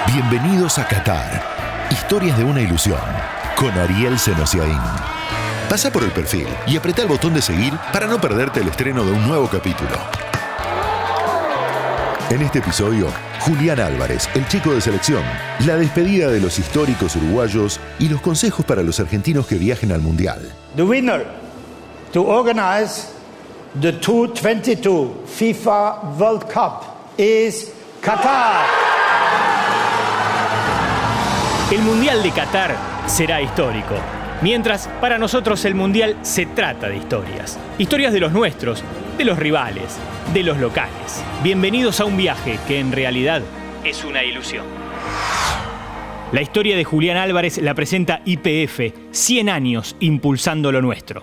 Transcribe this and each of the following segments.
Bienvenidos a Qatar. Historias de una ilusión. Con Ariel Senosiaín. Pasa por el perfil y apretá el botón de seguir para no perderte el estreno de un nuevo capítulo. En este episodio, Julián Álvarez, el chico de selección, la despedida de los históricos uruguayos y los consejos para los argentinos que viajen al Mundial. The winner to organize the 2022 FIFA World Cup is Qatar. El Mundial de Qatar será histórico. Mientras, para nosotros el Mundial se trata de historias. Historias de los nuestros, de los rivales, de los locales. Bienvenidos a un viaje que en realidad es una ilusión. La historia de Julián Álvarez la presenta YPF, 100 años impulsando lo nuestro.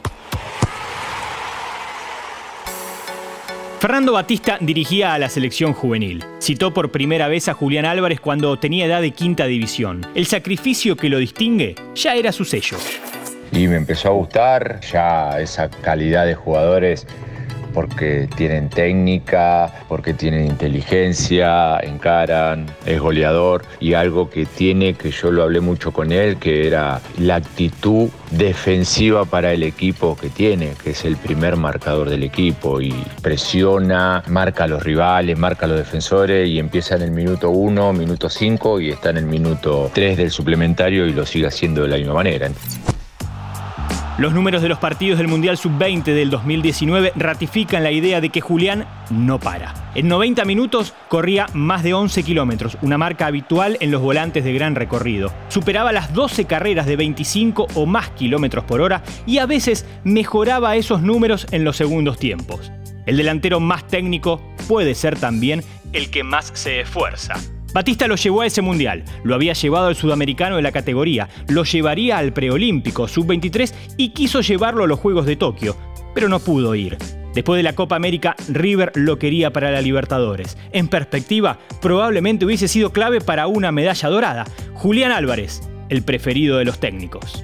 Fernando Batista dirigía a la selección juvenil. Citó por primera vez a Julián Álvarez cuando tenía edad de quinta división. El sacrificio que lo distingue ya era su sello. Y me empezó a gustar ya esa calidad de jugadores porque tienen técnica, porque tienen inteligencia, encaran, es goleador. Y algo que tiene, que yo lo hablé mucho con él, que era la actitud defensiva para el equipo que tiene, que es el primer marcador del equipo. Y presiona, marca a los rivales, marca a los defensores y empieza en el minuto 1, minuto 5 y está en el minuto 3 del suplementario y lo sigue haciendo de la misma manera. Los números de los partidos del Mundial Sub-20 del 2019 ratifican la idea de que Julián no para. En 90 minutos corría más de 11 kilómetros, una marca habitual en los volantes de gran recorrido. Superaba las 12 carreras de 25 o más kilómetros por hora y a veces mejoraba esos números en los segundos tiempos. El delantero más técnico puede ser también el que más se esfuerza. Batista lo llevó a ese mundial, lo había llevado al sudamericano de la categoría, lo llevaría al preolímpico sub-23 y quiso llevarlo a los Juegos de Tokio, pero no pudo ir. Después de la Copa América, River lo quería para la Libertadores. En perspectiva, probablemente hubiese sido clave para una medalla dorada. Julián Álvarez, el preferido de los técnicos.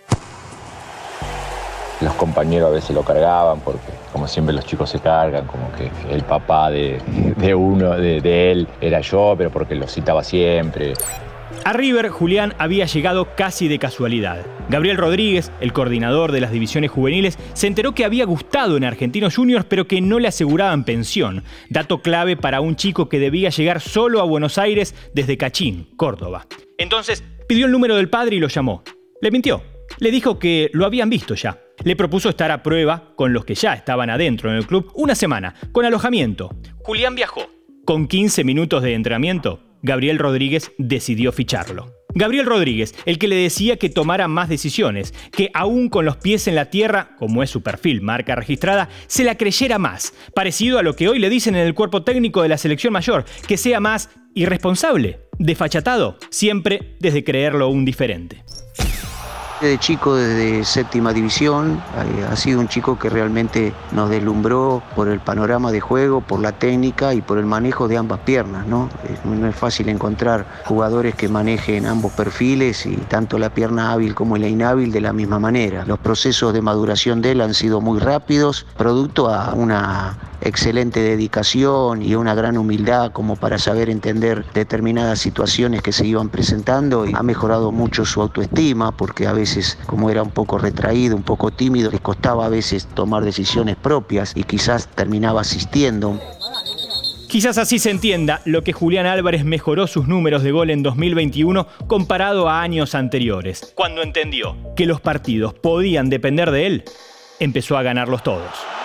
Los compañeros a veces lo cargaban porque, como siempre, los chicos se cargan, como que el papá de él era yo, pero porque lo citaba siempre. A River, Julián había llegado casi de casualidad. Gabriel Rodríguez, el coordinador de las divisiones juveniles, se enteró que había gustado en Argentinos Juniors, pero que no le aseguraban pensión. Dato clave para un chico que debía llegar solo a Buenos Aires desde Cachín, Córdoba. Entonces, pidió el número del padre y lo llamó. Le mintió. Le dijo que lo habían visto ya. Le propuso estar a prueba con los que ya estaban adentro en el club una semana, con alojamiento. Julián viajó. Con 15 minutos de entrenamiento, Gabriel Rodríguez decidió ficharlo. Gabriel Rodríguez, el que le decía que tomara más decisiones, que aún con los pies en la tierra, como es su perfil, marca registrada, se la creyera más, parecido a lo que hoy le dicen en el cuerpo técnico de la selección mayor, que sea más irresponsable, desfachatado, siempre desde creerlo un diferente. De chico, desde séptima división, ha sido un chico que realmente nos deslumbró por el panorama de juego, por la técnica y por el manejo de ambas piernas, ¿no? No es fácil encontrar jugadores que manejen ambos perfiles y tanto la pierna hábil como la inhábil de la misma manera. Los procesos de maduración de él han sido muy rápidos, producto a una excelente dedicación y una gran humildad como para saber entender determinadas situaciones que se iban presentando, y ha mejorado mucho su autoestima porque a veces, como era un poco retraído, un poco tímido, le costaba a veces tomar decisiones propias y quizás terminaba asistiendo. Quizás así se entienda lo que Julián Álvarez mejoró sus números de gol en 2021 comparado a años anteriores. Cuando entendió que los partidos podían depender de él, empezó a ganarlos todos.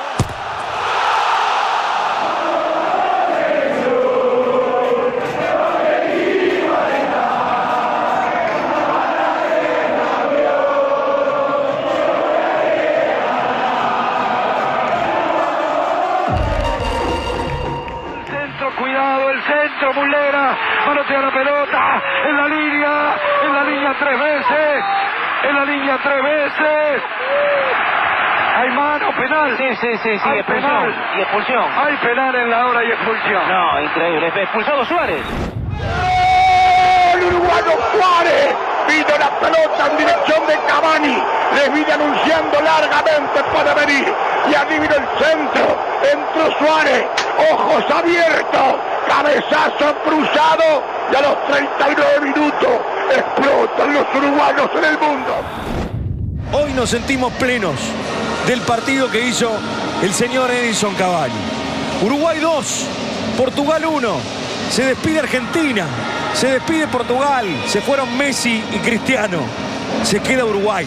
Muslera, manotea la pelota, en la línea tres veces, hay mano, penal. Sí, hay expulsión, penal. Y expulsión. Hay penal en la hora y expulsión. No, increíble, expulsado Suárez. ¡El uruguayo Suárez! Vino la pelota en dirección de Cavani, les vine anunciando largamente puede venir, y allí vino el centro, entró Suárez, ojos abiertos, cabezazo cruzado, y a los 39 minutos explotan los uruguayos en el mundo. Hoy nos sentimos plenos del partido que hizo el señor Edinson Cavani. Uruguay 2, Portugal 1. Se despide Argentina, se despide Portugal, se fueron Messi y Cristiano. Se queda Uruguay.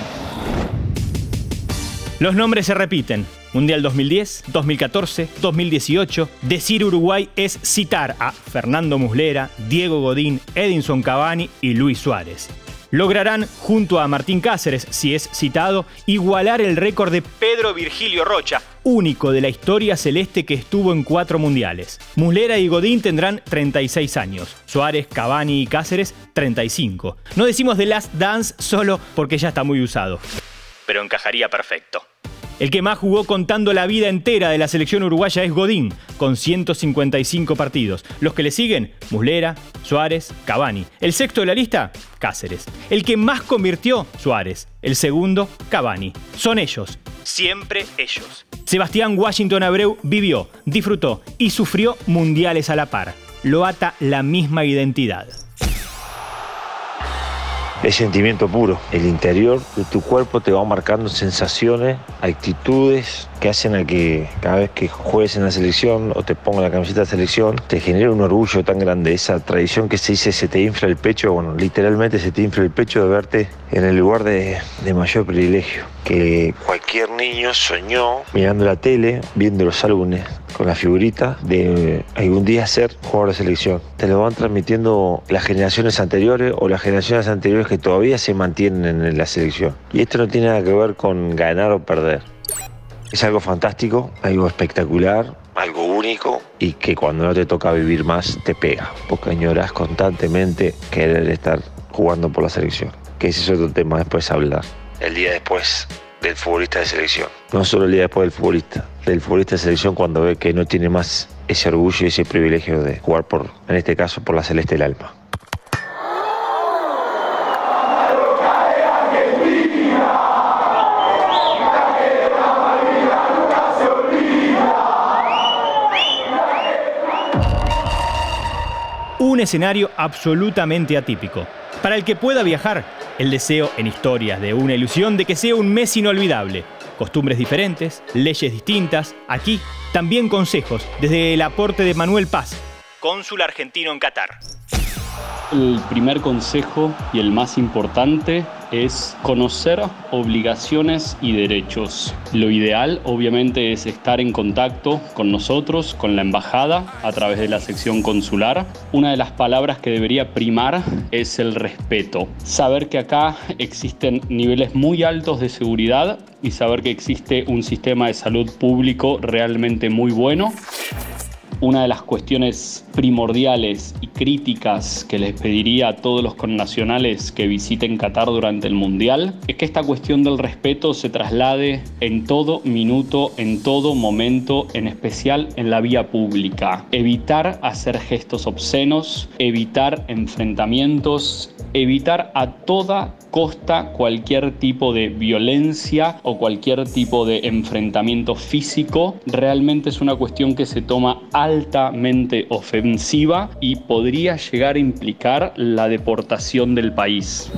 Los nombres se repiten. Mundial 2010, 2014, 2018. Decir Uruguay es citar a Fernando Muslera, Diego Godín, Edinson Cavani y Luis Suárez. Lograrán, junto a Martín Cáceres, si es citado, igualar el récord de Pedro Virgilio Rocha, único de la historia celeste que estuvo en 4 mundiales. Muslera y Godín tendrán 36 años, Suárez, Cavani y Cáceres 35. No decimos The Last Dance solo porque ya está muy usado, pero encajaría perfecto. El que más jugó contando la vida entera de la selección uruguaya es Godín, con 155 partidos. Los que le siguen, Muslera, Suárez, Cavani. El sexto de la lista, Cáceres. El que más convirtió, Suárez. El segundo, Cavani. Son ellos, siempre ellos. Sebastián Washington Abreu vivió, disfrutó y sufrió mundiales a la par. Lo ata la misma identidad. Es sentimiento puro. El interior de tu cuerpo te va marcando sensaciones, actitudes que hacen a que cada vez que juegues en la selección o te pongas la camiseta de selección, te genere un orgullo tan grande. Esa tradición que se dice, se te infla el pecho, bueno, literalmente se te infla el pecho de verte en el lugar de mayor privilegio. Que cualquier niño soñó mirando la tele, viendo los álbumes con la figurita de algún día ser jugador de selección. Te lo van transmitiendo las generaciones anteriores o las generaciones anteriores que todavía se mantienen en la selección. Y esto no tiene nada que ver con ganar o perder. Es algo fantástico, algo espectacular, algo único y que cuando no te toca vivir más te pega. Porque añoras constantemente querer estar jugando por la selección. Que ese es otro tema después hablar. El día después del futbolista de selección. No solo el día después del futbolista de selección cuando ve que no tiene más ese orgullo y ese privilegio de jugar por, en este caso, por la celeste del alma. Un escenario absolutamente atípico. Para el que pueda viajar, el deseo en historias de una ilusión de que sea un mes inolvidable. Costumbres diferentes, leyes distintas. Aquí, también consejos desde el aporte de Manuel Paz, cónsul argentino en Qatar. El primer consejo y el más importante es conocer obligaciones y derechos. Lo ideal, obviamente, es estar en contacto con nosotros, con la embajada, a través de la sección consular. Una de las palabras que debería primar es el respeto. Saber que acá existen niveles muy altos de seguridad y saber que existe un sistema de salud público realmente muy bueno. Una de las cuestiones primordiales y críticas que les pediría a todos los connacionales que visiten Qatar durante el Mundial es que esta cuestión del respeto se traslade en todo minuto, en todo momento, en especial en la vía pública. Evitar hacer gestos obscenos, evitar enfrentamientos, evitar a toda costa cualquier tipo de violencia o cualquier tipo de enfrentamiento físico. Realmente es una cuestión que se toma altamente ofensiva y podría llegar a implicar la deportación del país.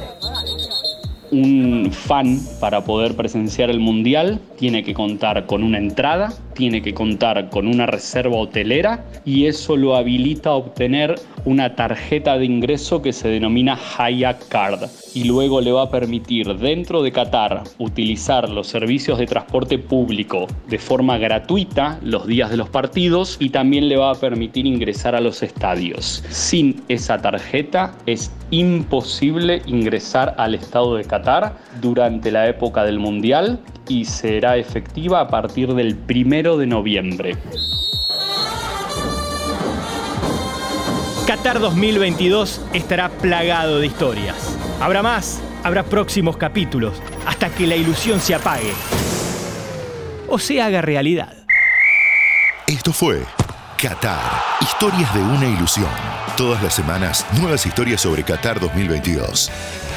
Un fan, para poder presenciar el Mundial, tiene que contar con una entrada, tiene que contar con una reserva hotelera y eso lo habilita a obtener una tarjeta de ingreso que se denomina Haya Card y luego le va a permitir dentro de Qatar utilizar los servicios de transporte público de forma gratuita los días de los partidos y también le va a permitir ingresar a los estadios. Sin esa tarjeta es imposible ingresar al estado de Qatar durante la época del Mundial y será efectiva a partir del 1 de noviembre. Qatar 2022 estará plagado de historias. Habrá más, habrá próximos capítulos, hasta que la ilusión se apague o se haga realidad. Esto fue Qatar, historias de una ilusión. Todas las semanas, nuevas historias sobre Qatar 2022.